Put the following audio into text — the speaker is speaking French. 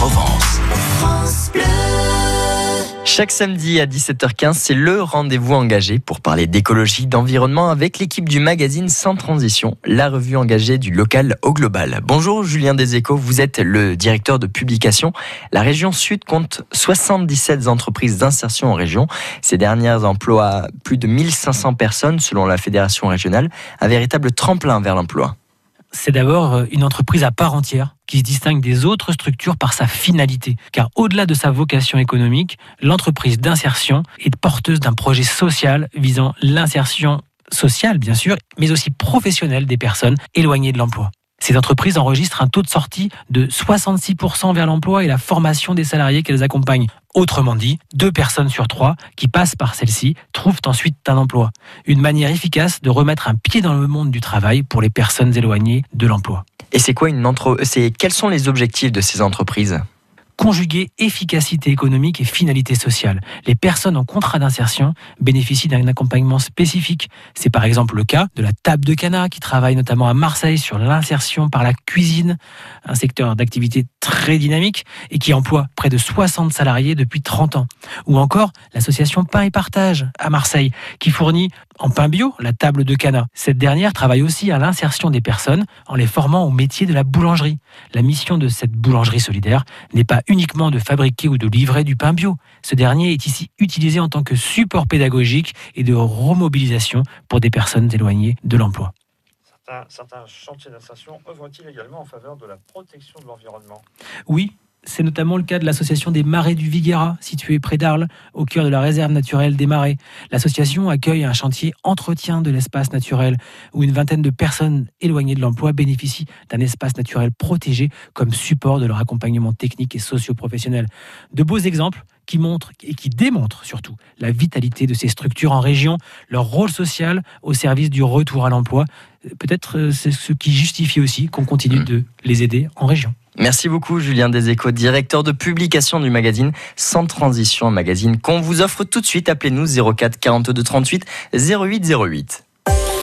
Provence. Chaque samedi à 17h15, c'est le rendez-vous engagé pour parler d'écologie, d'environnement avec l'équipe du magazine Sans Transition, la revue engagée du local au global. Bonjour Julien Deséco, vous êtes le directeur de publication. La région Sud compte 77 entreprises d'insertion en région. Ces dernières emploient plus de 1500 personnes selon la fédération régionale, un véritable tremplin vers l'emploi. C'est d'abord une entreprise à part entière qui se distingue des autres structures par sa finalité. Car au-delà de sa vocation économique, l'entreprise d'insertion est porteuse d'un projet social visant l'insertion sociale, bien sûr, mais aussi professionnelle des personnes éloignées de l'emploi. Ces entreprises enregistrent un taux de sortie de 66% vers l'emploi et la formation des salariés qu'elles accompagnent. Autrement dit, 2 personnes sur 3 qui passent par celle-ci trouvent ensuite un emploi. Une manière efficace de remettre un pied dans le monde du travail pour les personnes éloignées de l'emploi. Et quels sont les objectifs de ces entreprises ? Conjuguer efficacité économique et finalité sociale. Les personnes en contrat d'insertion bénéficient d'un accompagnement spécifique. C'est par exemple le cas de la Table de Cana qui travaille notamment à Marseille sur l'insertion par la cuisine, un secteur d'activité très dynamique et qui emploie près de 60 salariés depuis 30 ans. Ou encore l'association Pain et Partage à Marseille qui fournit en pain bio la Table de Cana. Cette dernière travaille aussi à l'insertion des personnes en les formant au métier de la boulangerie. La mission de cette boulangerie solidaire n'est pas uniquement de fabriquer ou de livrer du pain bio. Ce dernier est ici utilisé en tant que support pédagogique et de remobilisation pour des personnes éloignées de l'emploi. Certains chantiers d'insertion œuvrent-ils également en faveur de la protection de l'environnement ? Oui. C'est notamment le cas de l'association des Marais du Viguera, située près d'Arles, au cœur de la réserve naturelle des Marais. L'association accueille un chantier entretien de l'espace naturel, où une vingtaine de personnes éloignées de l'emploi bénéficient d'un espace naturel protégé comme support de leur accompagnement technique et socio-professionnel. De beaux exemples qui montrent et qui démontrent surtout la vitalité de ces structures en région, leur rôle social au service du retour à l'emploi. Peut-être c'est ce qui justifie aussi qu'on continue de les aider en région. Merci beaucoup Julien Deséco, directeur de publication du magazine Sans Transition, un magazine qu'on vous offre tout de suite. Appelez-nous 04 42 38 08 08.